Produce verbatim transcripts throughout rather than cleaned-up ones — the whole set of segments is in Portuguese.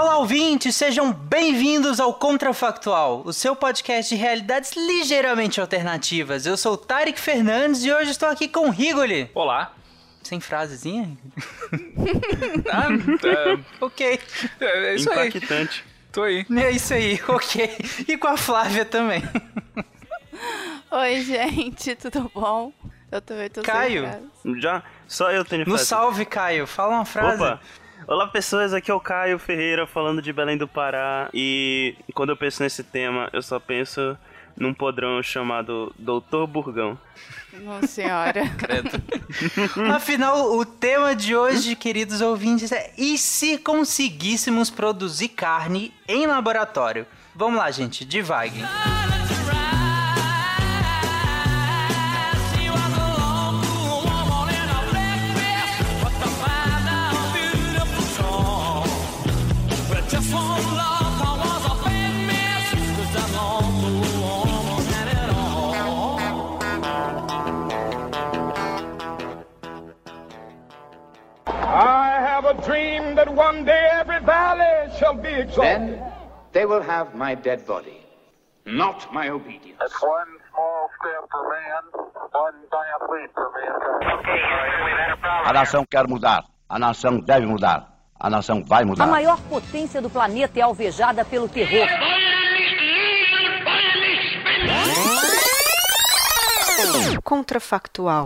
Olá, ouvintes! Sejam bem-vindos ao Contrafactual, o seu podcast de realidades ligeiramente alternativas. Eu sou o Tarek Fernandes e hoje estou aqui com o Rigoli. Olá. Sem frasezinha? ah, é... Ok. É, é isso Impactante. aí. Tô aí. É isso aí, ok. E com a Flávia também. Oi, gente, tudo bom? Eu também tô Caio. sem frase. Já? Só eu tenho No frase. salve, Caio. Fala uma frase. Opa! Olá, pessoas, aqui é o Caio Ferreira falando de Belém do Pará e quando eu penso nesse tema, eu só penso num podrão chamado doutor Burgão. Nossa senhora. Credo. Afinal, o tema de hoje, queridos ouvintes, é e se conseguíssemos produzir carne em laboratório? Vamos lá, gente, devaguem. I have a dream that one day every valley shall be exalted. Then they will have my dead body, not my obedience. That's one small step for man, one giant leap for mankind. Okay, we've had a problem. A nação quer mudar. A nação deve mudar. A nação vai mudar. A maior potência do planeta é alvejada pelo terror. Contrafactual.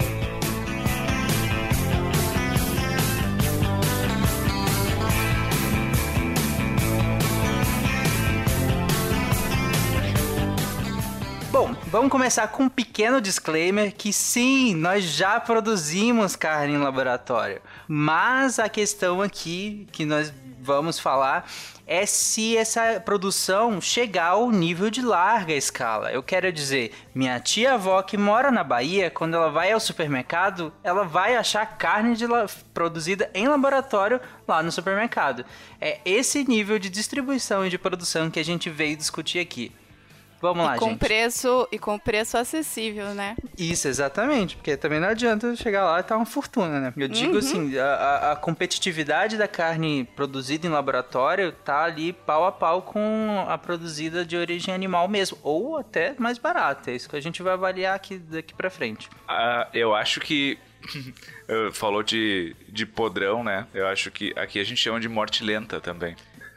Bom, vamos começar com um pequeno disclaimer que sim, nós já produzimos carne em laboratório, mas a questão aqui que nós vamos falar é se essa produção chegar ao nível de larga escala. Eu quero dizer, minha tia-avó que mora na Bahia, quando ela vai ao supermercado, ela vai achar carne de la... produzida em laboratório lá no supermercado. É esse nível de distribuição e de produção que a gente veio discutir aqui. Vamos lá, e com gente. Preço, e com preço acessível, né? Isso, exatamente. Porque também não adianta chegar lá e tá uma fortuna, né? Eu digo uhum. assim, a, a competitividade da carne produzida em laboratório tá ali pau a pau com a produzida de origem animal mesmo. Ou até mais barata. É isso que a gente vai avaliar aqui daqui pra frente. Uh, eu acho que... Falou de, de podrão, né? Eu acho que aqui a gente chama de morte lenta também.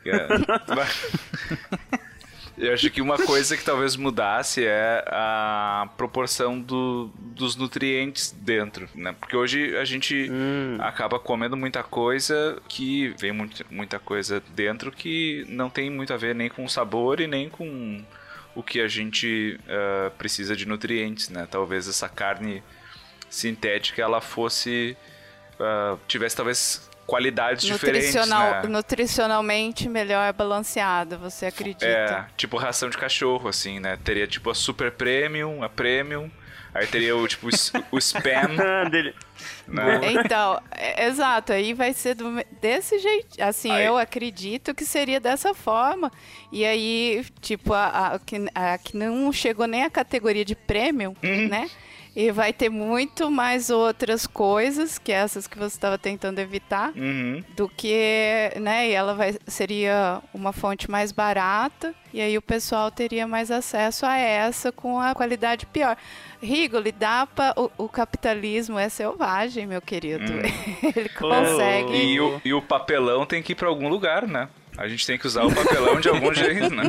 Eu acho que uma coisa que talvez mudasse é a proporção do, dos nutrientes dentro, né? Porque hoje a gente hum. acaba comendo muita coisa que vem muito, muita coisa dentro que não tem muito a ver nem com o sabor e nem com o que a gente uh, precisa de nutrientes, né? Talvez essa carne sintética ela fosse uh, tivesse talvez qualidades Nutricional, diferentes, né? Nutricionalmente melhor balanceado, você acredita? É, tipo ração de cachorro, assim, né? Teria tipo a super premium, a premium, aí teria o tipo o spam dele. Né? Então, é, exato, aí vai ser do, desse jeito, assim, aí. Eu acredito que seria dessa forma, e aí, tipo, a, a, que, a que não chegou nem a categoria de premium, uhum. né? E vai ter muito mais outras coisas, que essas que você estava tentando evitar, uhum. do que, né, e ela vai, seria uma fonte mais barata, e aí o pessoal teria mais acesso a essa com a qualidade pior. Rigoli, dá pra, o, o capitalismo é selvagem, meu querido. Hum. Ele consegue... Oh, e, o, e o papelão tem que ir para algum lugar, né? A gente tem que usar o papelão de algum jeito, né?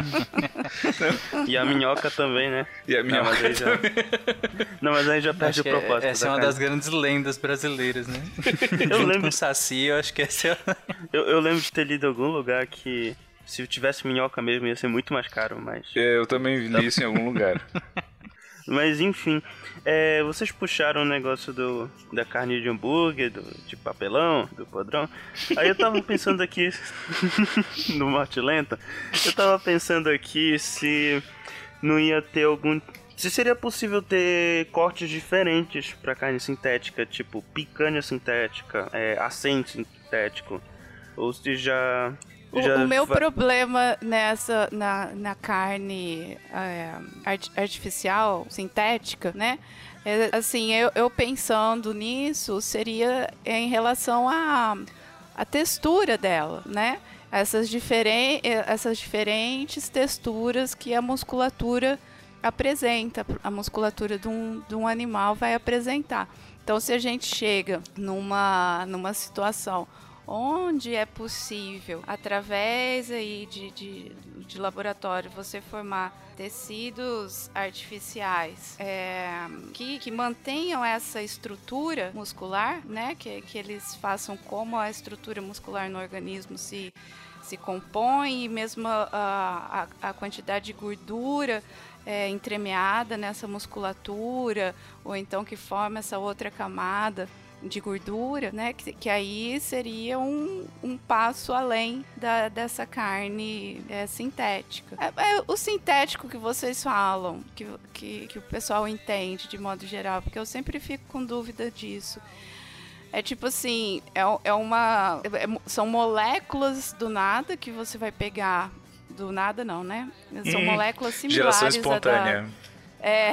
E a minhoca também, né? E a minhoca Não, mas também. Já... Não, mas aí já perde o propósito. É, essa é uma carne. das grandes lendas brasileiras, né? Eu Junto lembro... com o Saci, eu acho que essa é... eu, eu lembro de ter lido em algum lugar que se tivesse minhoca mesmo ia ser muito mais caro, mas... É, eu também li isso em algum lugar. Mas enfim, é, vocês puxaram o negócio do, da carne de hambúrguer, do, de papelão, do podrão. Aí eu tava pensando aqui, no Morte Lenta, eu tava pensando aqui se não ia ter algum... Se seria possível ter cortes diferentes pra carne sintética, tipo picanha sintética, é, acém sintético, ou se já... O, o meu vai... problema nessa, na, na carne é, art, artificial, sintética, né? É, assim, eu, eu pensando nisso, seria em relação à a, a textura dela, né? essas, diferen essas diferentes texturas que a musculatura apresenta, a musculatura de um, de um animal vai apresentar. Então, se a gente chega numa, numa situação onde é possível, através aí de, de, de laboratório, você formar tecidos artificiais é, que, que mantenham essa estrutura muscular, né? Que, que eles façam como a estrutura muscular no organismo se, se compõe, e mesmo a, a, a quantidade de gordura é, entremeada nessa musculatura, ou então que forma essa outra camada de gordura, né? Que, que aí seria um, um passo além da, dessa carne é, sintética. É, é o sintético que vocês falam, que, que, que o pessoal entende de modo geral, porque eu sempre fico com dúvida disso. É tipo assim, é, é uma, é, são moléculas do nada que você vai pegar, do nada não, né? São hum, moléculas similares. Geração espontânea. A da, é...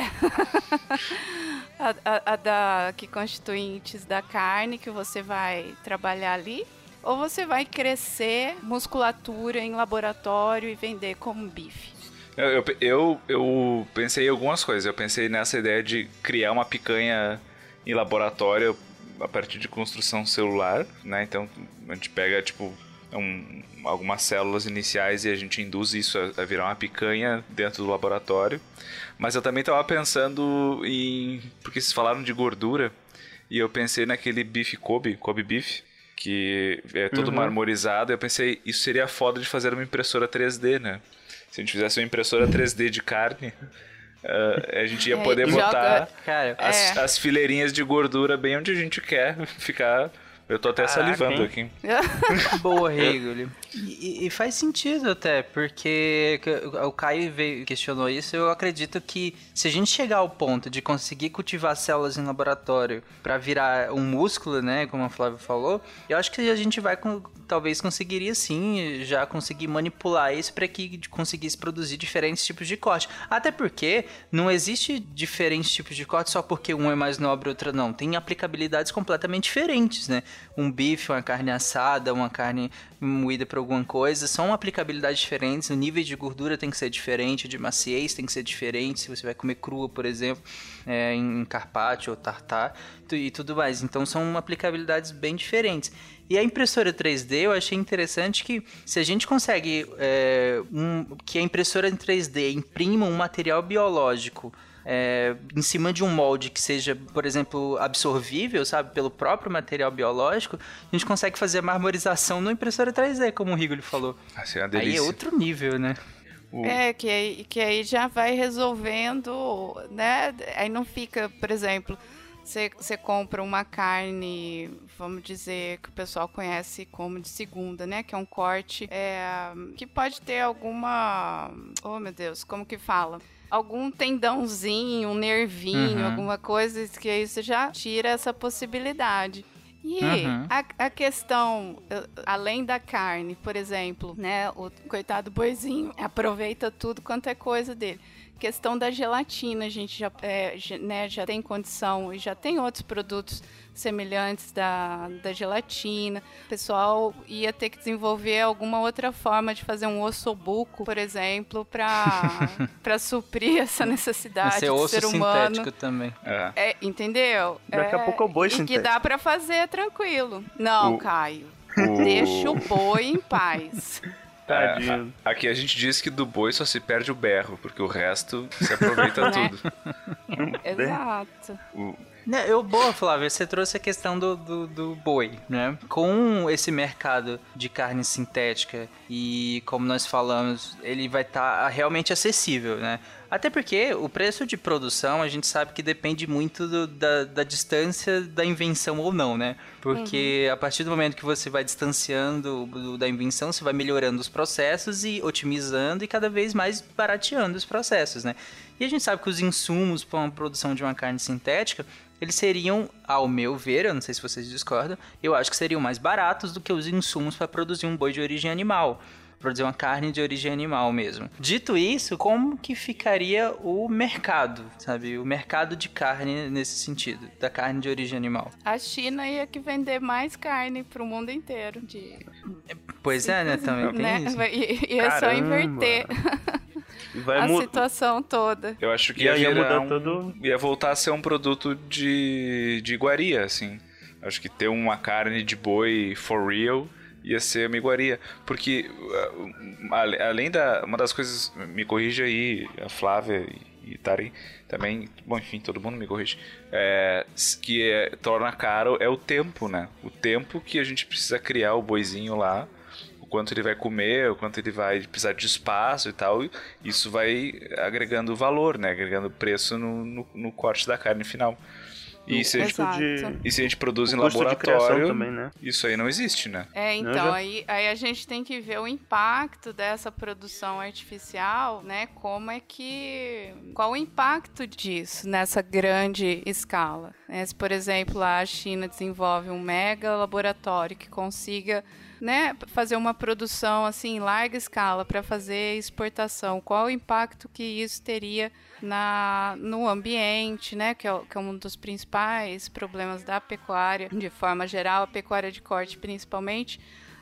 A, a, a da, que constituintes da carne que você vai trabalhar ali, ou você vai crescer musculatura em laboratório e vender como bife? Eu, eu, eu, eu pensei em algumas coisas. Eu pensei nessa ideia de criar uma picanha em laboratório a partir de construção celular, né? Então a gente pega tipo um, algumas células iniciais e a gente induz isso a, a virar uma picanha dentro do laboratório. Mas eu também estava pensando em... Porque vocês falaram de gordura, e eu pensei naquele bife Kobe, Kobe beef, que é todo uhum. marmorizado. Eu pensei, isso seria foda de fazer uma impressora três D, né? Se a gente fizesse uma impressora três D de carne, uh, a gente ia poder é, botar joga... as, é. as fileirinhas de gordura bem onde a gente quer ficar... Eu tô até Caraca, salivando hein? aqui. Boa, Rigoli. E, e faz sentido até, porque o Caio veio, questionou isso. Eu acredito que se a gente chegar ao ponto de conseguir cultivar células em laboratório para virar um músculo, né, como a Flávia falou, eu acho que a gente vai, talvez conseguiria sim, já conseguir manipular isso para que conseguisse produzir diferentes tipos de corte. Até porque não existe diferentes tipos de corte só porque um é mais nobre e outro não. Tem aplicabilidades completamente diferentes, né? Um bife, uma carne assada, uma carne moída para alguma coisa, são aplicabilidades diferentes, o nível de gordura tem que ser diferente, de maciez tem que ser diferente, se você vai comer crua, por exemplo, é, em carpaccio ou tartar e tudo mais, então são aplicabilidades bem diferentes. E a impressora três D, eu achei interessante que se a gente consegue é, um, que a impressora em três D imprima um material biológico É, em cima de um molde que seja, por exemplo, absorvível, sabe, pelo próprio material biológico, a gente consegue fazer a marmorização no impressora três D, como o Rigoli falou. Assim, é aí é outro nível, né? O... É, que aí, que aí já vai resolvendo, né? Aí não fica, por exemplo, você compra uma carne, vamos dizer, que o pessoal conhece como de segunda, né? Que é um corte é, que pode ter alguma... Oh, meu Deus, como que fala? Algum tendãozinho, um nervinho, uhum. alguma coisa, que aí você já tira essa possibilidade. E uhum. a, a questão, além da carne, por exemplo, né, o coitado boizinho aproveita tudo quanto é coisa dele. Questão da gelatina, a gente já, é, né, já tem condição e já tem outros produtos semelhantes da, da gelatina. O pessoal ia ter que desenvolver alguma outra forma de fazer um ossobuco, por exemplo, para suprir essa necessidade Esse é do osso ser humano. Sintético também. É. É, entendeu? Daqui é, a pouco é o boi e sintético. que dá para fazer tranquilo. Não, o... Caio. O... Deixa o boi em paz. É, aqui a gente diz que do boi só se perde o berro, porque o resto se aproveita tudo. Exato. O... Né, eu, boa, Flávia, você trouxe a questão do, do, do boi, né? Com esse mercado de carne sintética e, como nós falamos, ele vai estar tá realmente acessível, né? Até porque o preço de produção a gente sabe que depende muito do, da, da distância da invenção ou não, né? Porque uhum. a partir do momento que você vai distanciando do, da invenção, você vai melhorando os processos e otimizando e cada vez mais barateando os processos, né? E a gente sabe que os insumos para a produção de uma carne sintética, eles seriam, ao meu ver, eu não sei se vocês discordam, eu acho que seriam mais baratos do que os insumos para produzir um boi de origem animal. produzir uma carne de origem animal mesmo. Dito isso, como que ficaria o mercado, sabe? O mercado de carne nesse sentido, da carne de origem animal. A China ia que vender mais carne pro mundo inteiro. De... Pois é, né? Também tem né? isso. E é só inverter Vai a mu- situação toda. Eu acho que ia, ia, ia virar mudar um, todo. ia voltar a ser um produto de, de iguaria, assim. Acho que ter uma carne de boi for real ia ser uma iguaria. Porque, uh, além da... Uma das coisas... Me corrija aí, a Flávia e, e Tari também... Bom, enfim, todo mundo me corrige. É, que é, torna caro é o tempo, né? O tempo que a gente precisa criar o boizinho lá. O quanto ele vai comer, o quanto ele vai precisar de espaço e tal. Isso vai agregando valor, né? Agregando preço no, no, no corte da carne final. E se, a gente, de... e se a gente produz o em custo de criação laboratório, também, né? isso aí não existe, né? É, então, já... aí, aí a gente tem que ver o impacto dessa produção artificial, né? Como é que... Qual o impacto disso nessa grande escala? Né? Se, por exemplo, a China desenvolve um mega laboratório que consiga... Né, fazer uma produção assim em larga escala para fazer exportação, qual o impacto que isso teria na, no ambiente, né, que é, que é um dos principais problemas da pecuária, de forma geral, a pecuária de corte principalmente,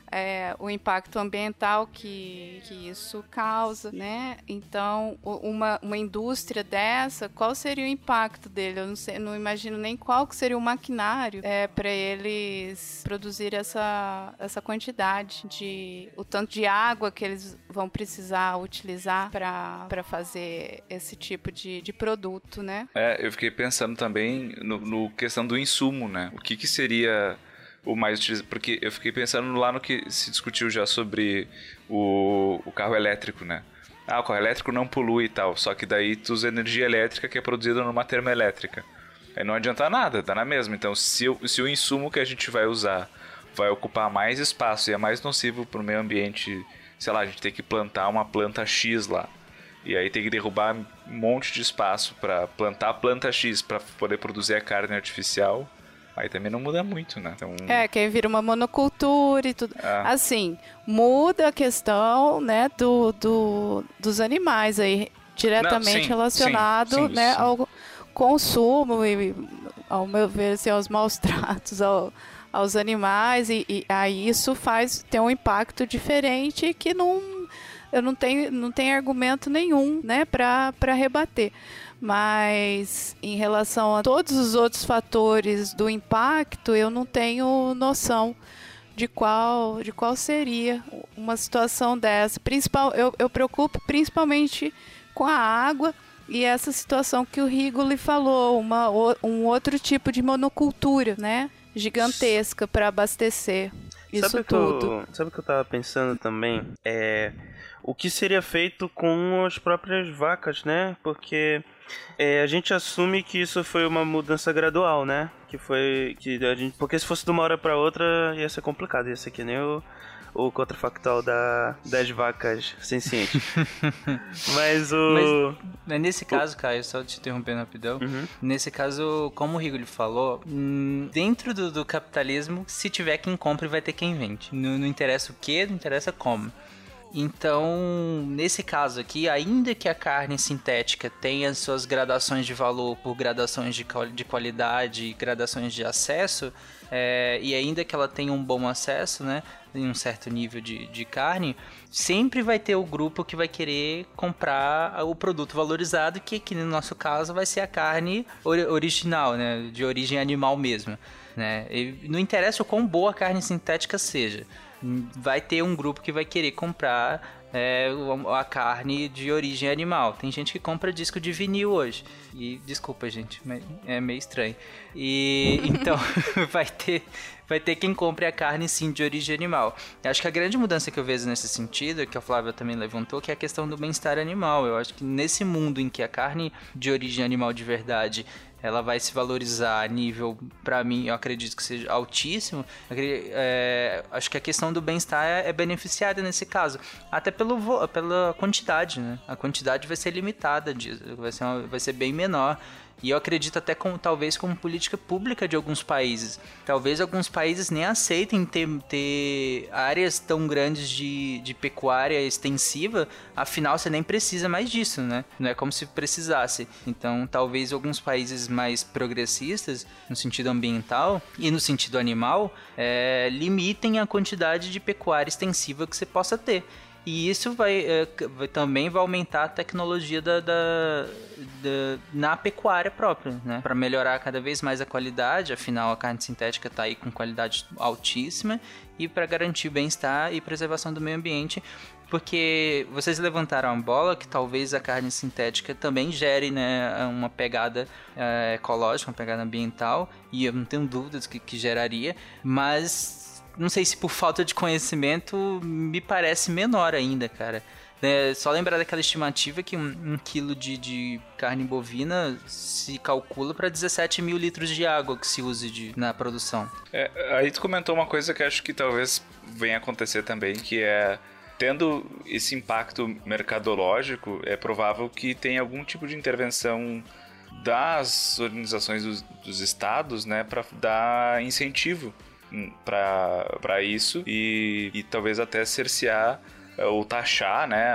é, o impacto ambiental que, que isso causa, né? Então, uma, uma indústria dessa, qual seria o impacto dele? Eu não sei, não imagino nem qual que seria o maquinário é, para eles produzir essa, essa quantidade de... o tanto de água que eles vão precisar utilizar para fazer esse tipo de, de produto, né? É, eu fiquei pensando também no, no questão do insumo, né? O que que seria... o mais utilizado, porque eu fiquei pensando lá no que se discutiu já sobre o, o carro elétrico, né? Ah, o carro elétrico não polui e tal, só que daí tu usa energia elétrica que é produzida numa termoelétrica. Aí não adianta nada, tá na mesma. Então, se, eu, se o insumo que a gente vai usar vai ocupar mais espaço e é mais nocivo pro meio ambiente, sei lá, a gente tem que plantar uma planta X lá. E aí tem que derrubar um monte de espaço para plantar a planta X para poder produzir a carne artificial. Aí também não muda muito, né? Então... É, que aí vira uma monocultura e tudo. Ah. Assim, muda a questão, né, do, do, dos animais aí, diretamente não, sim, relacionado, sim, sim, né, sim. ao consumo e, ao meu ver, assim, aos maus tratos ao, aos animais. E, e aí isso faz ter um impacto diferente que não, eu não tenho, não tenho argumento nenhum, né, para para rebater. Mas em relação a todos os outros fatores do impacto, eu não tenho noção de qual, de qual seria uma situação dessa. Principal, eu, eu preocupo principalmente com a água e essa situação que o Rigoli falou, uma, um outro tipo de monocultura, né? Gigantesca para abastecer isso sabe tudo. Que eu, sabe o que eu tava pensando também? É o que seria feito com as próprias vacas, né? Porque é, a gente assume que isso foi uma mudança gradual, né? Que foi que a gente, porque se fosse de uma hora para outra ia ser complicado, ia ser que nem o o contrafactual da, das vacas sencientes. Mas o... Mas nesse caso, Caio, só te interrompendo rapidão, uhum. nesse caso, como o Rigoli falou, dentro do, do capitalismo, se tiver quem compre, vai ter quem vende. Não, não interessa o que, não interessa como. Então, nesse caso aqui, ainda que a carne sintética tenha suas gradações de valor por gradações de, de qualidade e gradações de acesso, é, e ainda que ela tenha um bom acesso, né, em um certo nível de, de carne, sempre vai ter o grupo que vai querer comprar o produto valorizado, que aqui no nosso caso vai ser a carne or- original, né, de origem animal mesmo. Né? E não interessa o quão boa a carne sintética seja, vai ter um grupo que vai querer comprar é, a carne de origem animal. Tem gente que compra disco de vinil hoje. E desculpa, gente, mas é meio estranho. E então vai ter, vai ter quem compre a carne sim de origem animal. Eu acho que a grande mudança que eu vejo nesse sentido, que a Flávia também levantou, que é a questão do bem-estar animal. Eu acho que nesse mundo em que a carne de origem animal de verdade ela vai se valorizar a nível, pra mim, eu acredito que seja altíssimo. Eu acredito, é, acho que a questão do bem-estar é, é beneficiada nesse caso. Até pelo vo- pela quantidade, né? A quantidade vai ser limitada disso, vai ser, uma, vai ser bem menor. E eu acredito até como, talvez como política pública de alguns países. Talvez alguns países nem aceitem ter, ter áreas tão grandes de, de pecuária extensiva, afinal você nem precisa mais disso, né? Não é como se precisasse. Então talvez alguns países mais progressistas, no sentido ambiental e no sentido animal, é, limitem a quantidade de pecuária extensiva que você possa ter. E isso vai, é, vai, também vai aumentar a tecnologia da, da, da, na pecuária própria, né? Para melhorar cada vez mais a qualidade, afinal a carne sintética está aí com qualidade altíssima, e para garantir o bem-estar e preservação do meio ambiente, porque vocês levantaram a bola que talvez a carne sintética também gere, né, uma pegada é, ecológica, uma pegada ambiental, e eu não tenho dúvidas que, que geraria, mas... não sei se por falta de conhecimento me parece menor ainda, cara. É só lembrar daquela estimativa que um, um quilo de, de carne bovina se calcula para dezessete mil litros de água que se use de, na produção. É, aí tu comentou uma coisa que acho que talvez venha acontecer também, que é... tendo esse impacto mercadológico, é provável que tenha algum tipo de intervenção das organizações dos, dos estados, né, para dar incentivo para isso e, e talvez até cercear ou taxar, né,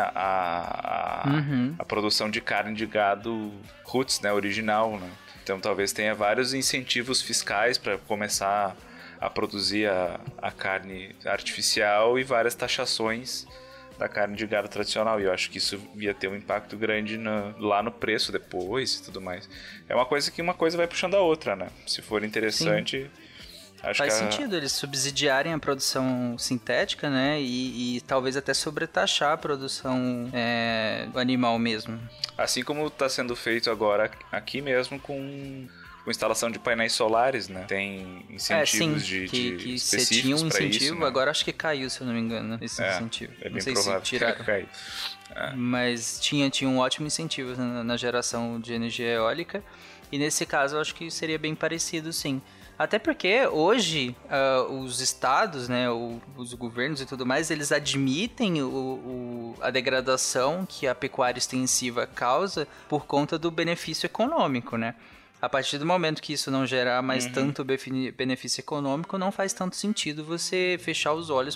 a, a, uhum. a produção de carne de gado roots, né, original, né? Então talvez tenha vários incentivos fiscais para começar a produzir a, a carne artificial e várias taxações da carne de gado tradicional, e eu acho que isso ia ter um impacto grande no, lá no preço depois e tudo mais. É uma coisa que uma coisa vai puxando a outra, né? Se for interessante... Sim. Acho Faz que a... sentido eles subsidiarem a produção sintética, né? E, e talvez até sobretaxar a produção é, animal mesmo. Assim como está sendo feito agora aqui mesmo com, com instalação de painéis solares, né? Tem incentivos é, sim, de, que, de que específicos você tinha um incentivo, isso, né? Agora acho que caiu, se eu não me engano, esse é, incentivo. É bem não sei provável se tiraram. que caia. É. Mas tinha, tinha um ótimo incentivo na, na geração de energia eólica. E nesse caso eu acho que seria bem parecido, sim. Até porque hoje uh, os estados, né, o, os governos e tudo mais, eles admitem o, o, a degradação que a pecuária extensiva causa por conta do benefício econômico, né? A partir do momento que isso não gerar mais uhum. tanto benefício econômico, não faz tanto sentido você fechar os olhos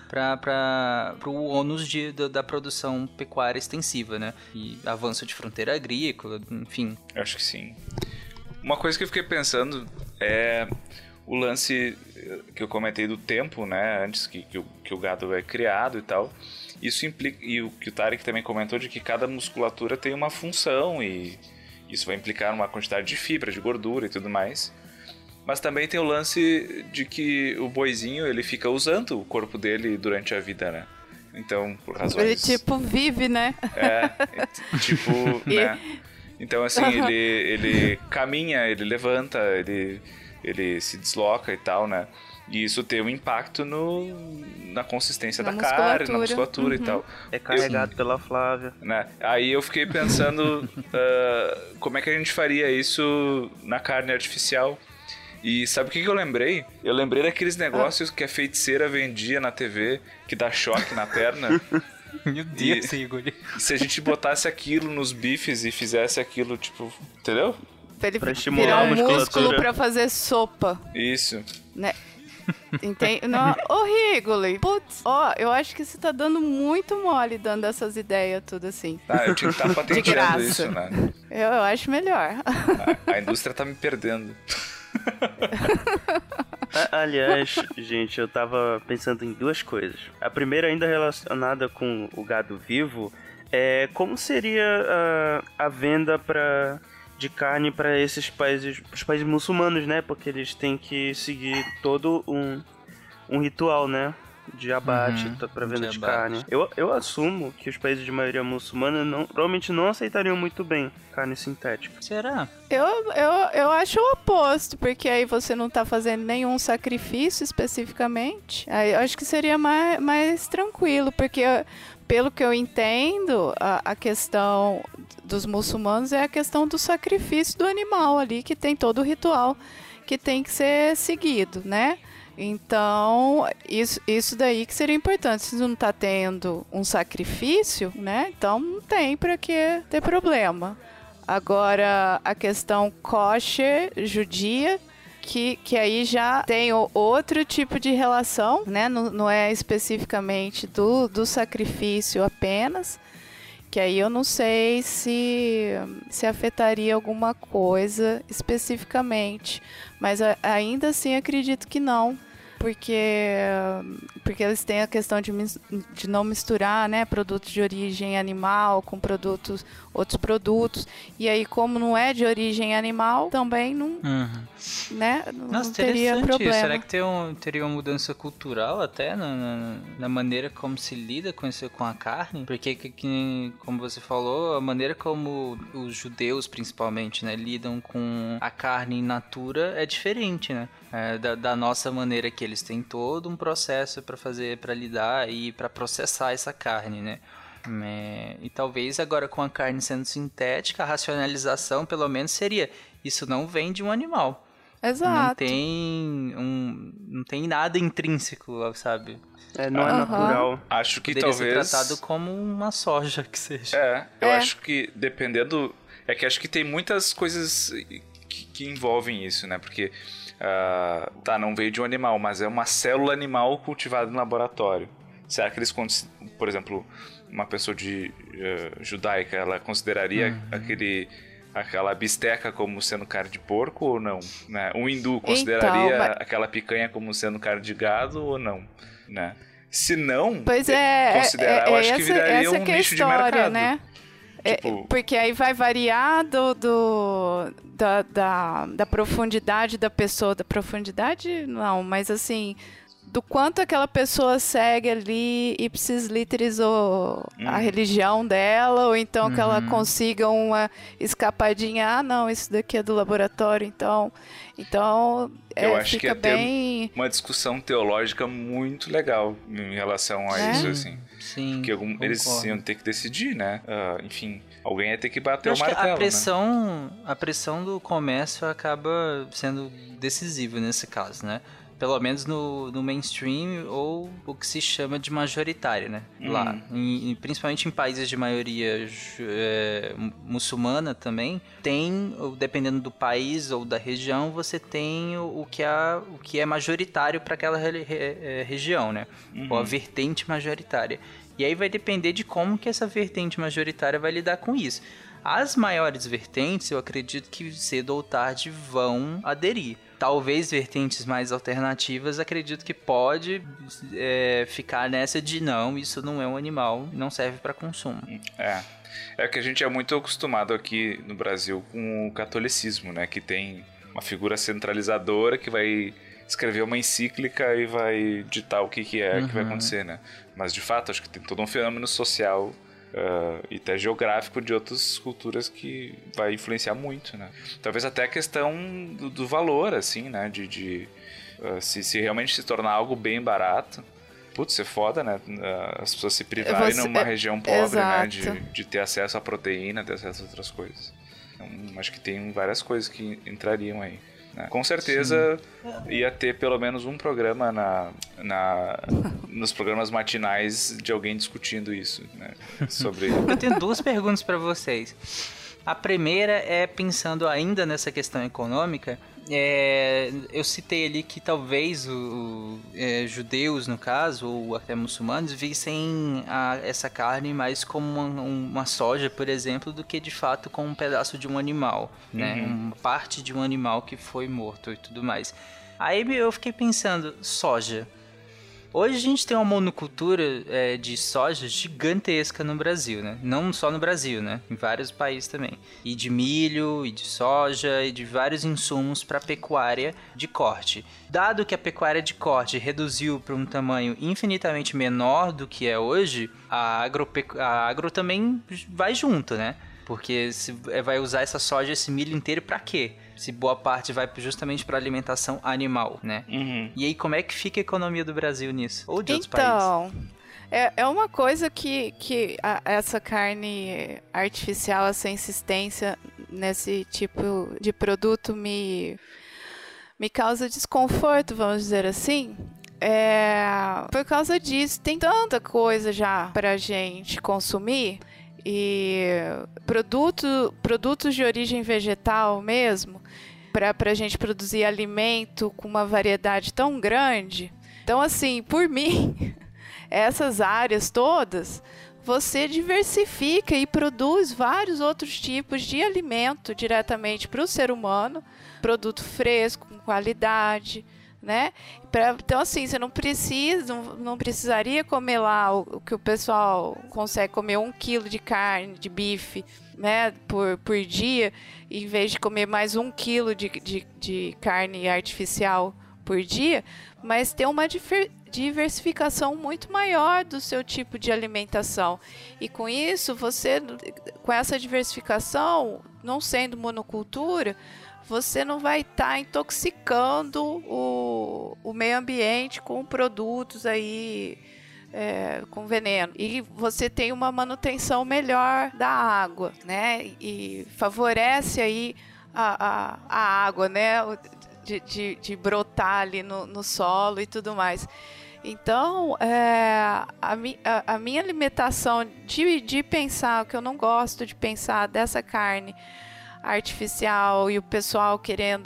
para o ônus de, da, da produção pecuária extensiva, né? E avanço de fronteira agrícola, enfim. Eu acho que sim. Uma coisa que eu fiquei pensando é o lance que eu comentei do tempo, né? Antes que, que, o, que o gado é criado e tal. Isso implica, e o que o Tarek também comentou, de que cada musculatura tem uma função e isso vai implicar uma quantidade de fibra, de gordura e tudo mais. Mas também tem o lance de que o boizinho, ele fica usando o corpo dele durante a vida, né? Então, por razões... Ele tipo vive, né? É, tipo, e... né? Então, assim, uhum. ele, ele caminha, ele levanta, ele, ele se desloca e tal, né? E isso tem um impacto no, na consistência na da carne, na musculatura uhum. e tal. É carregado eu, pela Flávia. Né? Aí eu fiquei pensando uh, como é que a gente faria isso na carne artificial. E sabe o que, que eu lembrei? Eu lembrei daqueles negócios ah. que a feiticeira vendia na T V, que dá choque na perna. Meu Deus, e, Igor. E se a gente botasse aquilo nos bifes e fizesse aquilo, tipo, entendeu? Pra ele pra estimular virar um músculo pra fazer sopa. Isso. Né? Entende? Não, ô Rigoli, putz, ó, eu acho que você tá dando muito mole dando essas ideias tudo assim. Ah, eu tinha que estar patenteando isso, né? Eu, eu acho melhor. A, a indústria tá me perdendo. Aliás, gente, eu tava pensando em duas coisas. A primeira, ainda relacionada com o gado vivo, é como seria a, a venda pra, de carne para esses países, os países muçulmanos, né? Porque eles têm que seguir todo um, um ritual, né? De abate uhum, para venda de, de carne. Eu, eu assumo que os países de maioria muçulmana não, provavelmente não aceitariam muito bem carne sintética. Será? Eu, eu, eu acho o oposto, porque aí você não tá fazendo nenhum sacrifício especificamente. Aí eu acho que seria mais, mais tranquilo, porque pelo que eu entendo, a, a questão dos muçulmanos é a questão do sacrifício do animal ali, que tem todo o ritual que tem que ser seguido, né? Então, isso, isso daí que seria importante. Se não tá tendo um sacrifício, né? Então não tem pra que ter problema. Agora, a questão kosher, judia, que, que aí já tem o, outro tipo de relação, né? Não, não é especificamente do, do sacrifício apenas, que aí eu não sei se, se afetaria alguma coisa especificamente, mas a, ainda assim acredito que não, porque, porque eles têm a questão de, de não misturar, né, produtos de origem animal com produtos, outros produtos, e aí como não é de origem animal, também não, uhum. né, não, Nossa, não teria problema. Será que tem um, teria uma mudança cultural até na, na, na maneira como se lida com, isso, com a carne? Porque, que, que, como você falou, a maneira como os judeus, principalmente, né, lidam com a carne in natura é diferente, né? É, da, da nossa maneira, que eles têm todo um processo para fazer, para lidar e para processar essa carne, né? É, e talvez agora com a carne sendo sintética, a racionalização pelo menos seria, isso não vem de um animal. Exato. Não tem, um, não tem nada intrínseco, sabe? É, não é uhum. natural. Acho que poderia talvez... ser tratado como uma soja que seja. É, eu é. acho que dependendo... É que acho que tem muitas coisas que, que envolvem isso, né? Porque... Uh, tá, não veio de um animal, mas é uma célula animal cultivada em laboratório. Será que eles, por exemplo, uma pessoa de uh, judaica, ela consideraria uhum. aquele, aquela bisteca como sendo carne de porco ou não? Né? Um hindu consideraria então, mas... aquela picanha como sendo carne de gado ou não? Né? Se não, pois é, considerar, é, é, eu acho essa, que viraria um que é nicho história, de mercado. Né? Tipo... É, porque aí vai variar do, do, da, da, da profundidade da pessoa. Da profundidade, não, mas assim, do quanto aquela pessoa segue ali ipsis literis o, hum. a religião dela, ou então uhum. que ela consiga uma escapadinha. Ah, não, isso daqui é do laboratório, então... Então, é, eu acho fica que ia bem... ter uma discussão teológica muito legal em relação a é? isso, assim. Sim, porque algum, eles iam ter que decidir, né? Uh, enfim, alguém ia ter que bater eu o martelo, a pressão, né? A pressão do comércio acaba sendo decisiva nesse caso, né? Pelo menos no, no mainstream, ou o que se chama de majoritário, né? Uhum. Lá, em, principalmente em países de maioria é, muçulmana também, tem, dependendo do país ou da região, você tem o, o, que, é, o que é majoritário para aquela re, re, região, né? Uhum. Ou a vertente majoritária. E aí vai depender de como que essa vertente majoritária vai lidar com isso. As maiores vertentes, eu acredito que cedo ou tarde vão aderir. Talvez vertentes mais alternativas, acredito que pode é, ficar nessa de não, isso não é um animal, não serve para consumo. É, é que a gente é muito acostumado aqui no Brasil com o catolicismo, né? Que tem uma figura centralizadora que vai escrever uma encíclica e vai ditar o que, que é uhum. que vai acontecer, né? Mas de fato, acho que tem todo um fenômeno social Uh, e até geográfico de outras culturas que vai influenciar muito, né? Talvez até a questão do, do valor, assim, né? De, de uh, se, se realmente se tornar algo bem barato, putz, é foda, né? Uh, as pessoas se privarem Você, numa é, região pobre, exato. né? De, de ter acesso à proteína, ter acesso a outras coisas. Então, acho que tem várias coisas que entrariam aí. Né? Com certeza Sim. ia ter pelo menos um programa na, na, nos programas matinais de alguém discutindo isso, né? Sobre... Eu tenho duas perguntas para vocês. A primeira é pensando ainda nessa questão econômica. É, eu citei ali que talvez o, o, é, judeus, no caso, ou até muçulmanos, vissem a, essa carne mais como uma, uma soja, por exemplo, do que de fato como um pedaço de um animal, né? Uhum. Uma parte de um animal que foi morto e tudo mais. Aí eu fiquei pensando, soja. Hoje a gente tem uma monocultura é, de soja gigantesca no Brasil, né? Não só no Brasil, né? Em vários países também. E de milho, e de soja, e de vários insumos para pecuária de corte. Dado que a pecuária de corte reduziu para um tamanho infinitamente menor do que é hoje, a, agropecu... a agro também vai junto, né? Porque se vai usar essa soja, esse milho inteiro para quê? Se boa parte vai justamente para alimentação animal, né? Uhum. E aí, como é que fica a economia do Brasil nisso? Ou de outros então, países? É, é uma coisa que, que a, essa carne artificial, essa insistência nesse tipo de produto me, me causa desconforto, vamos dizer assim. É, por causa disso, tem tanta coisa já pra gente consumir. E produto, produtos de origem vegetal mesmo, para a gente produzir alimento com uma variedade tão grande. Então, assim, por mim, essas áreas todas, você diversifica e produz vários outros tipos de alimento diretamente para o ser humano, produto fresco, com qualidade, né? Pra, então, assim, você não precisa, não, não precisaria comer lá o, o que o pessoal consegue comer, um quilo de carne, de bife, né, por, por dia, em vez de comer mais um quilo de, de, de carne artificial por dia, mas ter uma difer, diversificação muito maior do seu tipo de alimentação. E com isso, você, com essa diversificação, não sendo monocultura, você não vai estar tá intoxicando o, o meio ambiente com produtos aí é, com veneno. E você tem uma manutenção melhor da água, né? E favorece aí a, a, a água, né? De, de, de brotar ali no, no solo e tudo mais. Então, é, a, mi, a, a minha limitação de, de pensar, o que eu não gosto de pensar dessa carne artificial e o pessoal querendo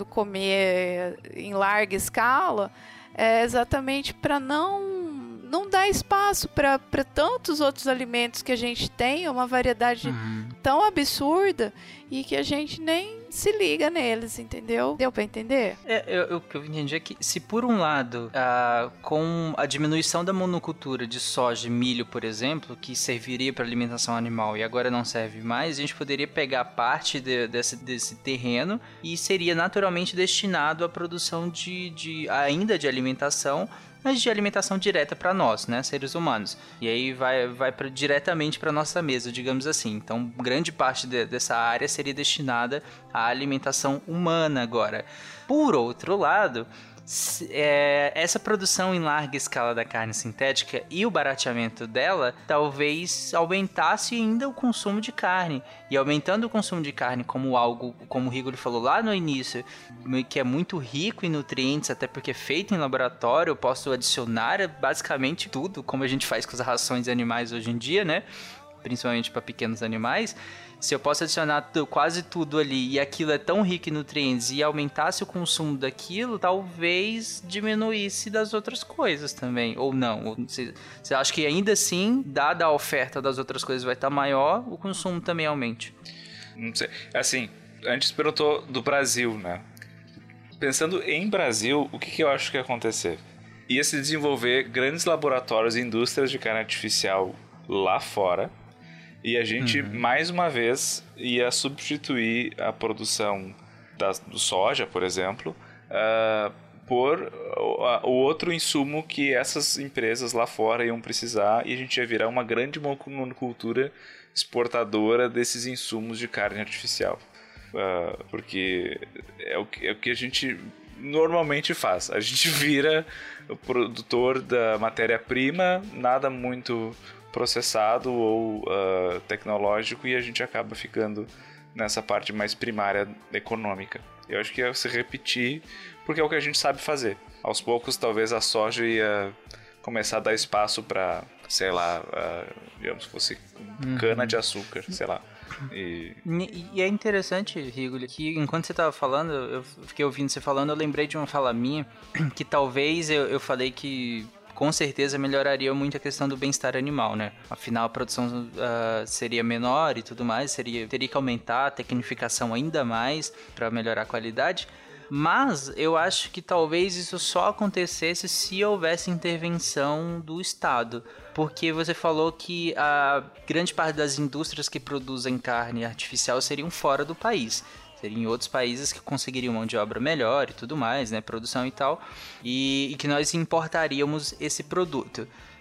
comer em larga escala, é exatamente para não, não dar espaço para tantos outros alimentos que a gente tem, uma variedade uhum. tão absurda e que a gente nem se liga neles, entendeu? Deu para entender? É, eu, o que eu entendi é que se por um lado, ah, com a diminuição da monocultura de soja e milho, por exemplo, que serviria para alimentação animal e agora não serve mais, a gente poderia pegar parte de, desse, desse terreno e seria naturalmente destinado à produção de, de ainda de alimentação, mas de alimentação direta para nós, né, seres humanos. E aí vai, vai pra, diretamente para nossa mesa, digamos assim. Então, grande parte de, dessa área seria destinada à alimentação humana agora. Por outro lado, é, essa produção em larga escala da carne sintética e o barateamento dela talvez aumentasse ainda o consumo de carne. E aumentando o consumo de carne como algo, como o Rigoli falou lá no início, que é muito rico em nutrientes, até porque é feito em laboratório, eu posso adicionar basicamente tudo, como a gente faz com as rações animais hoje em dia, né? Principalmente para pequenos animais. Se eu posso adicionar tudo, quase tudo ali e aquilo é tão rico em nutrientes e aumentasse o consumo daquilo, talvez diminuísse das outras coisas também, ou não. Você, você acha que ainda assim, dada a oferta das outras coisas vai estar maior, o consumo também aumente? Não sei. Assim, antes perguntou do Brasil, né? Pensando em Brasil, o que, que eu acho que ia acontecer? Ia se desenvolver grandes laboratórios e indústrias de carne artificial lá fora. E a gente, uhum. mais uma vez, ia substituir a produção da, do soja, por exemplo, uh, por o, o outro insumo que essas empresas lá fora iam precisar, e a gente ia virar uma grande monocultura exportadora desses insumos de carne artificial. Uh, porque é o, que, é o que a gente normalmente faz. A gente vira o produtor da matéria-prima, nada muito processado ou uh, tecnológico, e a gente acaba ficando nessa parte mais primária econômica. Eu acho que ia se repetir, porque é o que a gente sabe fazer. Aos poucos, talvez a soja ia começar a dar espaço para, sei lá, uh, digamos que fosse cana de açúcar, sei lá. E... e é interessante, Rigoli, que enquanto você estava falando, eu fiquei ouvindo você falando, eu lembrei de uma fala minha, que talvez eu, eu falei que com certeza melhoraria muito a questão do bem-estar animal, né? Afinal, a produção uh, seria menor e tudo mais, seria, teria que aumentar a tecnificação ainda mais para melhorar a qualidade. Mas eu acho que talvez isso só acontecesse se houvesse intervenção do Estado. Porque você falou que a grande parte das indústrias que produzem carne artificial seriam fora do país. Seriam em outros países que conseguiriam mão de obra melhor e tudo mais, né? Produção e tal. E, e que nós importaríamos esse produto.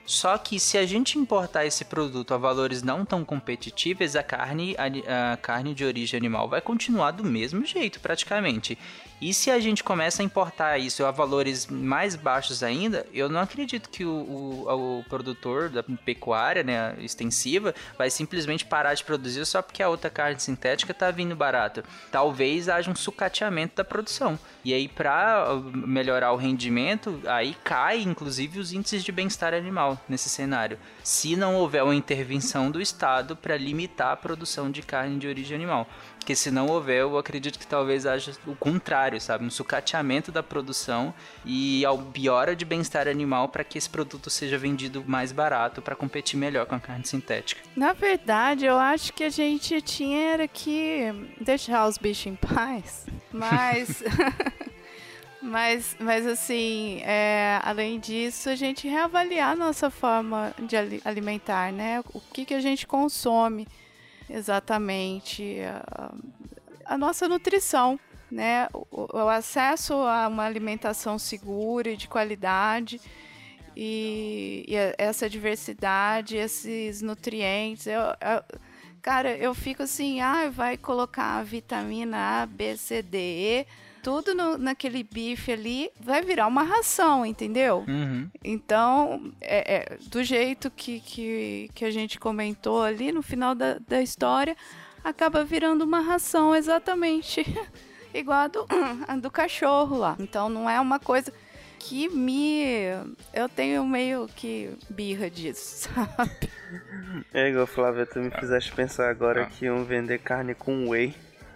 Só que se a gente importar esse produto a valores não tão competitivos, a carne, a, a carne de origem animal vai continuar do mesmo jeito, praticamente. E se a gente começa a importar isso a valores mais baixos ainda, eu não acredito que o, o, o produtor da pecuária, né, extensiva, vai simplesmente parar de produzir só porque a outra carne sintética está vindo barata. Talvez haja um sucateamento da produção. E aí, para melhorar o rendimento, aí cai, inclusive, os índices de bem-estar animal nesse cenário. Se não houver uma intervenção do Estado para limitar a produção de carne de origem animal. Porque se não houver, eu acredito que talvez haja o contrário, sabe? Um sucateamento da produção e a piora de bem-estar animal para que esse produto seja vendido mais barato para competir melhor com a carne sintética. Na verdade, eu acho que a gente tinha era que deixar os bichos em paz, mas... Mas, mas assim, é, além disso, a gente reavaliar a nossa forma de alimentar, né? O que, que a gente consome exatamente, a, a nossa nutrição, né? O, o acesso a uma alimentação segura e de qualidade e, e essa diversidade, esses nutrientes. Eu, eu, cara, eu fico assim, ah, vai colocar a vitamina A, B, C, D, E... tudo no, naquele bife ali vai virar uma ração, entendeu? Uhum. Então, é, é, do jeito que, que, que a gente comentou ali, no final da, da história, acaba virando uma ração exatamente igual a do, a do cachorro lá. Então, não é uma coisa que me... Eu tenho meio que birra disso, sabe? É igual, Flávia, tu me fizeste pensar agora ah. que iam vender carne com whey.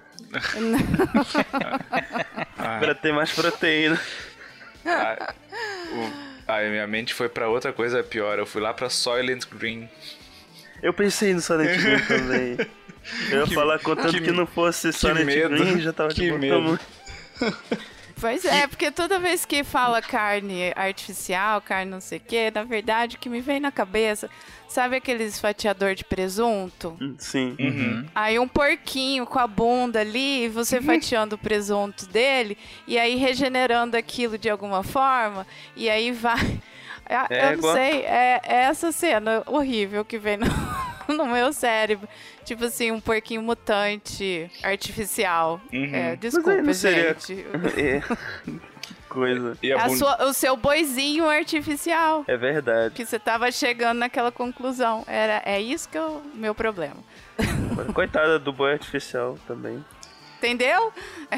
Pra ter mais proteína. Ah, o, a minha mente foi pra outra coisa pior. Eu fui lá pra Soylent Green. Eu pensei no Soylent Green também. Eu ia que, falar, contanto que, que não fosse Soylent Green, já tava de bom tamanho. Pois é, porque toda vez que fala carne artificial, carne não sei o que, na verdade o que me vem na cabeça, sabe aqueles fatiador de presunto? Sim. Uhum. Aí um porquinho com a bunda ali, você fatiando o presunto dele, e aí regenerando aquilo de alguma forma, e aí vai... É, eu não igual... sei, é, é essa cena horrível que vem no, no meu cérebro. Tipo assim, um porquinho mutante artificial. Uhum. É, desculpa, não gente. Seria... é. Que coisa. E a a sua, o seu boizinho artificial. É verdade. Que você tava chegando naquela conclusão. Era, é isso que é o meu problema. Coitada do boi artificial também. Entendeu?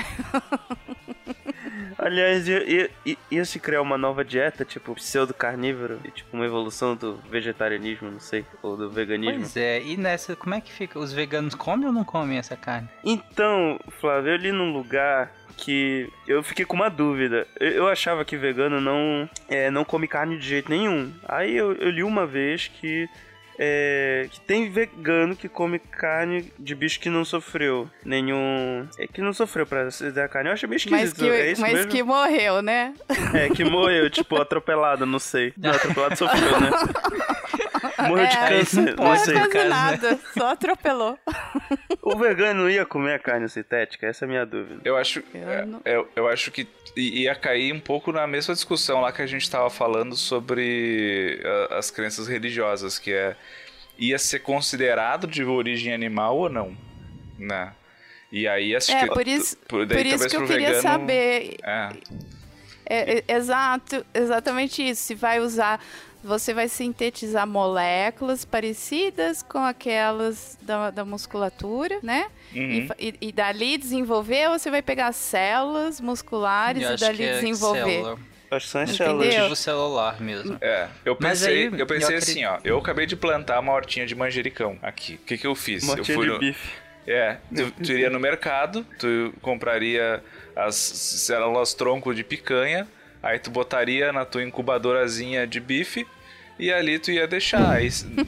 Aliás, ia, ia, ia se criar uma nova dieta, tipo pseudo-carnívoro, tipo uma evolução do vegetarianismo, não sei, ou do veganismo. Pois é, e nessa, como é que fica? Os veganos comem ou não comem essa carne? Então, Flávio, eu li num lugar que eu fiquei com uma dúvida. Eu, eu achava que vegano não, é, não come carne de jeito nenhum. Aí eu, eu li uma vez que... É, que tem vegano que come carne de bicho que não sofreu nenhum... É, que não sofreu pra se dar carne. Eu acho meio esquisito. Mas que, é isso mas mesmo? que morreu, né? É, que morreu, tipo, atropelado, não sei. Não, atropelado sofreu, né? Morreu é, de câncer, não, não sei. Não faz nada, só atropelou. O vegano ia comer a carne sintética? Essa é a minha dúvida. Eu acho, eu, não... eu, eu acho que ia cair um pouco na mesma discussão lá que a gente estava falando sobre a, as crenças religiosas, que é, ia ser considerado de origem animal ou não, né? E aí acho é, que... por isso, por, daí, por isso que eu queria vegano, saber... É. É, é, exato, exatamente isso. Se vai usar... Você vai sintetizar moléculas parecidas com aquelas da, da musculatura, né? Uhum. E, e, e dali desenvolver, ou você vai pegar células musculares e dali é desenvolver? Célula. Acho que são as células. Tipo celular mesmo. É, eu pensei, aí, eu pensei eu assim, ó. Eu acabei de plantar uma hortinha de manjericão aqui. O que que eu fiz? Uma hortinha eu fui de no... bife. É, tu, tu iria no mercado, tu compraria as células tronco de picanha, aí tu botaria na tua incubadorazinha de bife e ali tu ia deixar. Aí,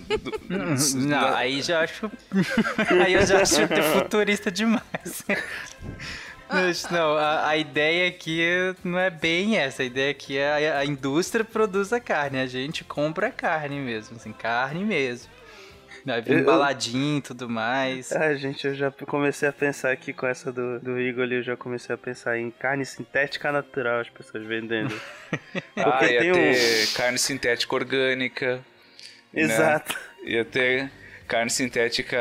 não, aí já acho. Aí eu já acho futurista demais. Não, a, a ideia aqui não é bem essa. A ideia aqui é a, a indústria produz a carne, a gente compra a carne mesmo, assim, carne mesmo. Vai vir embaladinho e tudo mais. Ah, gente, eu já comecei a pensar aqui com essa do, do Igor ali, eu já comecei a pensar em carne sintética natural, as pessoas vendendo. Ah, ia tem ter um... carne sintética orgânica. Exato. Né? Ia ter carne sintética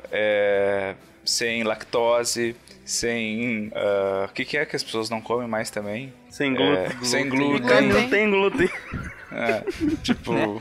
é, sem lactose, sem... O uh, que, que é que as pessoas não comem mais também? Sem glúten. É, glúten. Sem glúten. Não tem glúten. É, tipo... Né?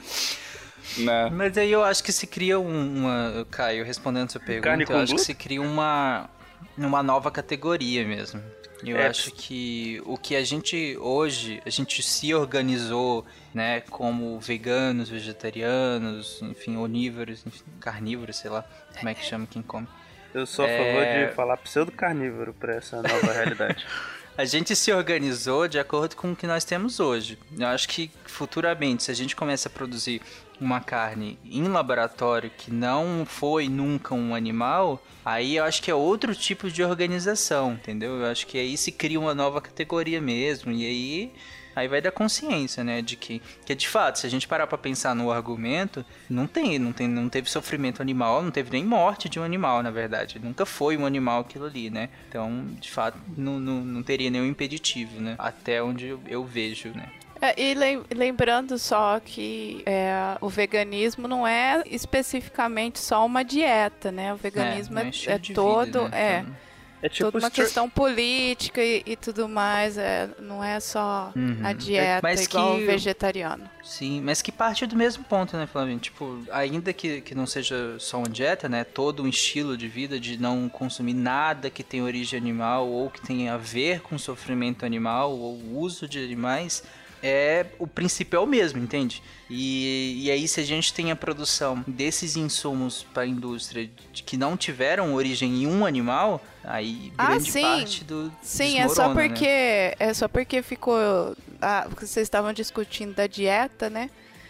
Né? Mas aí eu acho que se cria uma... Caio, respondendo a sua pergunta, Carne eu com acho glúten? que se cria uma, uma nova categoria mesmo. Eu É. acho que o que a gente hoje, a gente se organizou, né, como veganos, vegetarianos, enfim, onívoros, enfim, carnívoros, sei lá, como é que chama quem come. Eu sou a É. favor de falar pseudo-carnívoro pra essa nova realidade. A gente se organizou de acordo com o que nós temos hoje. Eu acho que futuramente, se a gente começa a produzir uma carne em laboratório que não foi nunca um animal, aí eu acho que é outro tipo de organização, entendeu? Eu acho que aí se cria uma nova categoria mesmo, e aí... Aí vai da consciência, né, de que, que de fato, se a gente parar pra pensar no argumento, não tem, não tem, não teve sofrimento animal, não teve nem morte de um animal, na verdade. Nunca foi um animal aquilo ali, né? Então, de fato, não, não, não teria nenhum impeditivo, né? Até onde eu, eu vejo, né? É, e lem- lembrando só que é, o veganismo não é especificamente só uma dieta, né? O veganismo É, é, é estilo é de todo... vida, né? é, Então, É tipo toda uma str- questão política e, e tudo mais, é, não é só Uhum. a dieta Mas igual que- o vegetariano. Sim, mas que parte do mesmo ponto, né, Flavinho? Tipo, ainda que, que não seja só uma dieta, né? Todo um estilo de vida de não consumir nada que tenha origem animal ou que tenha a ver com sofrimento animal ou uso de animais, é o princípio é o mesmo, entende? E, e aí se a gente tem a produção desses insumos para a indústria de- que não tiveram origem em um animal, aí Ah, grande sim. parte do Sim, é só desmorona, porque né? é só porque ficou ah, porque vocês estavam discutindo da dieta, né?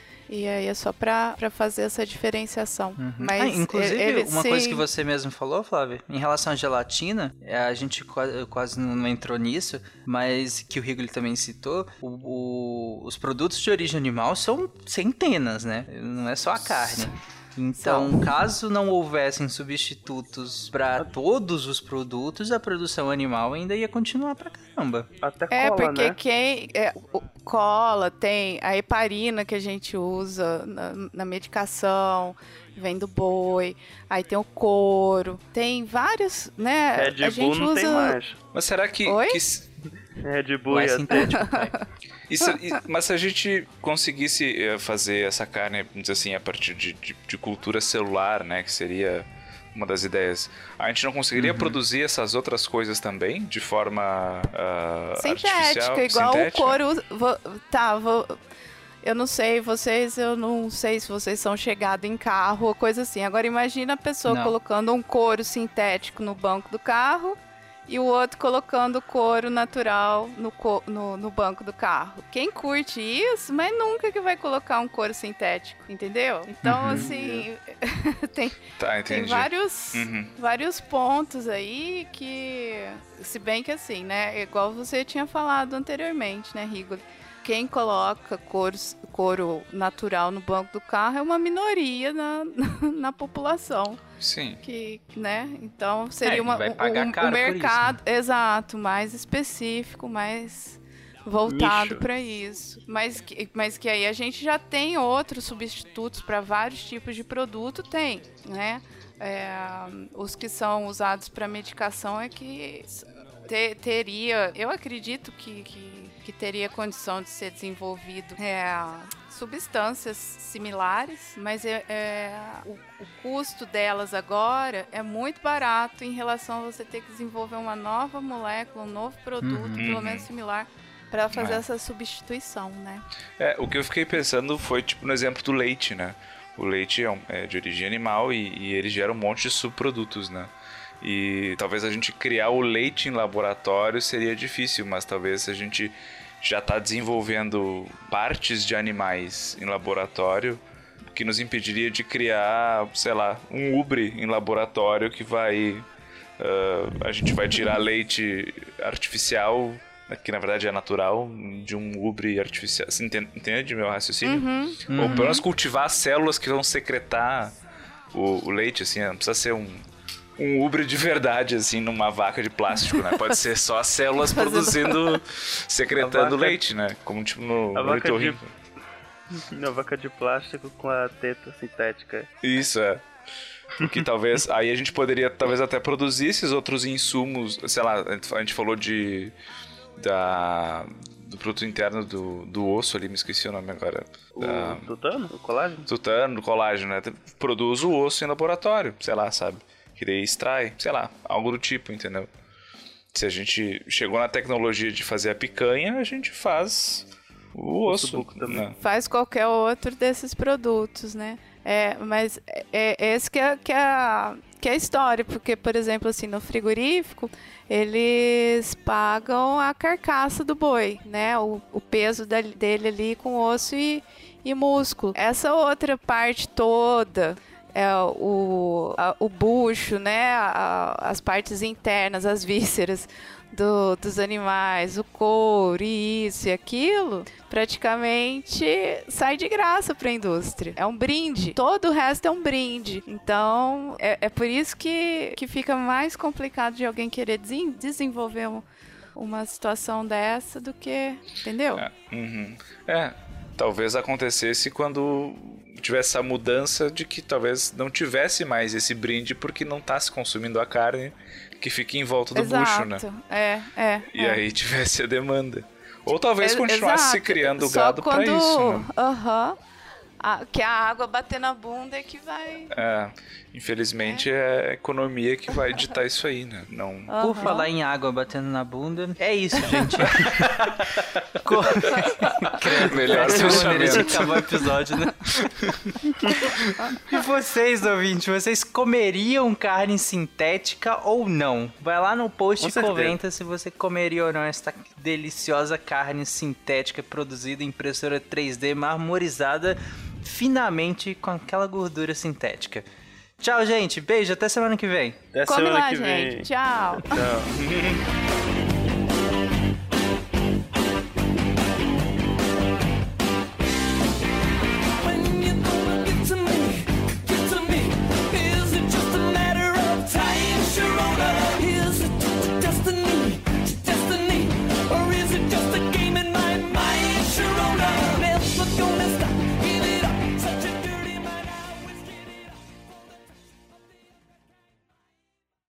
E aí é só pra, pra fazer essa diferenciação. Uhum. Mas Ah, inclusive, ele, uma coisa sim, que você mesmo falou, Flávio, em relação à gelatina, é, a gente quase, quase não entrou nisso, mas que o Rigoli também citou, o, o- os produtos de origem animal são centenas, né? Não é só a carne. Então, caso não houvessem substitutos para todos os produtos, a produção animal ainda ia continuar pra caramba. Até É, cola, porque né? quem. É, o- cola, tem a heparina que a gente usa na, na medicação, vem do boi, aí tem o couro, tem vários, né? Red a Bull gente não usa. tem mais. Mas será que... Oi? que s- Red Bull Ou é ia ter. sintético, né? Isso, e- mas se a gente conseguisse eh, fazer essa carne, vamos dizer assim, a partir de, de, de cultura celular, né, que seria uma das ideias, a gente não conseguiria Uhum. produzir essas outras coisas também de forma ah, Sintética, artificial? igual Sintética? o couro. vo- tá, vou, eu não sei, vocês, eu não sei se vocês são chegados em carro ou coisa assim. Agora imagina a pessoa Não. colocando um couro sintético no banco do carro e o outro colocando couro natural no, co- no, no banco do carro. Quem curte isso, mas nunca que vai colocar um couro sintético, entendeu? Então, Uhum. assim, tem, Tá, tem entendi. vários, Uhum. vários pontos aí que, se bem que assim, né, igual você tinha falado anteriormente, né, Rigoli? Quem coloca couro, couro natural no banco do carro é uma minoria na, na, na população. Sim. Que, né? Então seria É, uma, vai um, pagar um- um caro por isso, mercado, exato, mais específico, mais voltado Nicho. para isso. Mas que, mas que aí a gente já tem outros substitutos para vários tipos de produto, tem, né? É, os que são usados para medicação é que te- teria, eu acredito que, que, que teria condição de ser desenvolvido é, substâncias similares, mas é, é, o, o custo delas agora é muito barato em relação a você ter que desenvolver uma nova molécula, um novo produto, Uhum. pelo menos similar, para fazer É. essa substituição, né? É, o que eu fiquei pensando foi, tipo, no exemplo do leite, né? O leite é, um- é de origem animal e, e ele gera um monte de subprodutos, né? E talvez a gente criar o leite em laboratório seria difícil, mas talvez a gente já está desenvolvendo partes de animais em laboratório que nos impediria de criar, sei lá, um ubre em laboratório que vai... ah, a gente vai tirar leite artificial, que na verdade é natural, de um ubre artificial. Você entende, entende meu raciocínio? Ou pelo menos cultivar as células que vão secretar o, o leite, assim, não precisa ser um, um ubre de verdade, assim, numa vaca de plástico, né? Pode ser só as células Fazendo- produzindo, secretando A vaca- leite, né? Como tipo no, A no vaca de- ornitorrinco. Uma vaca de plástico com a teta sintética. Isso, é. Porque talvez, aí a gente poderia talvez até produzir esses outros insumos, sei lá, a gente falou de, da, do produto interno do, do osso ali, me esqueci o nome agora. O da, tutano? O colágeno? Tutano, do colágeno, né? Produz o osso em laboratório, sei lá, sabe? Que daí extrai, sei lá, algo do tipo, entendeu? Se a gente chegou na tecnologia de fazer a picanha, a gente faz o osso. O também. Né? Faz qualquer outro desses produtos, né? É, mas é, é esse que é, que, é a, que é a história, porque, por exemplo, assim, no frigorífico, eles pagam a carcaça do boi, né? O, o peso da, dele ali com osso e, e músculo. Essa outra parte toda, é o, a, o bucho, né? A, as partes internas, as vísceras do, dos animais, o couro, e isso e aquilo, praticamente sai de graça para a indústria. É um brinde. Todo o resto é um brinde. Então, é, é por isso que, que fica mais complicado de alguém querer desen, desenvolver um, uma situação dessa do que... Entendeu? É, uhum. é, talvez acontecesse quando tivesse essa mudança de que talvez não tivesse mais esse brinde porque não está se consumindo a carne que fica em volta do Exato. bucho, né? É, é. E é. aí tivesse a demanda. Ou talvez É, continuasse se exato. criando Só gado quando... para isso, né? Aham. A, que a água bater na bunda é que vai... É, infelizmente é a economia que vai ditar isso aí, né? Não... Por Aham. falar em água batendo na bunda, é isso, gente. Co- Melhor Essa maneira de fechamento. acabar o episódio, né? E vocês, ouvintes, vocês comeriam carne sintética ou não? Vai lá no post Com e certeza. comenta se você comeria ou não esta deliciosa carne sintética produzida em impressora três D marmorizada finamente com aquela gordura sintética. Tchau, gente. Beijo. Até semana que vem. Até Come semana lá, que vem. gente. Tchau. Tchau.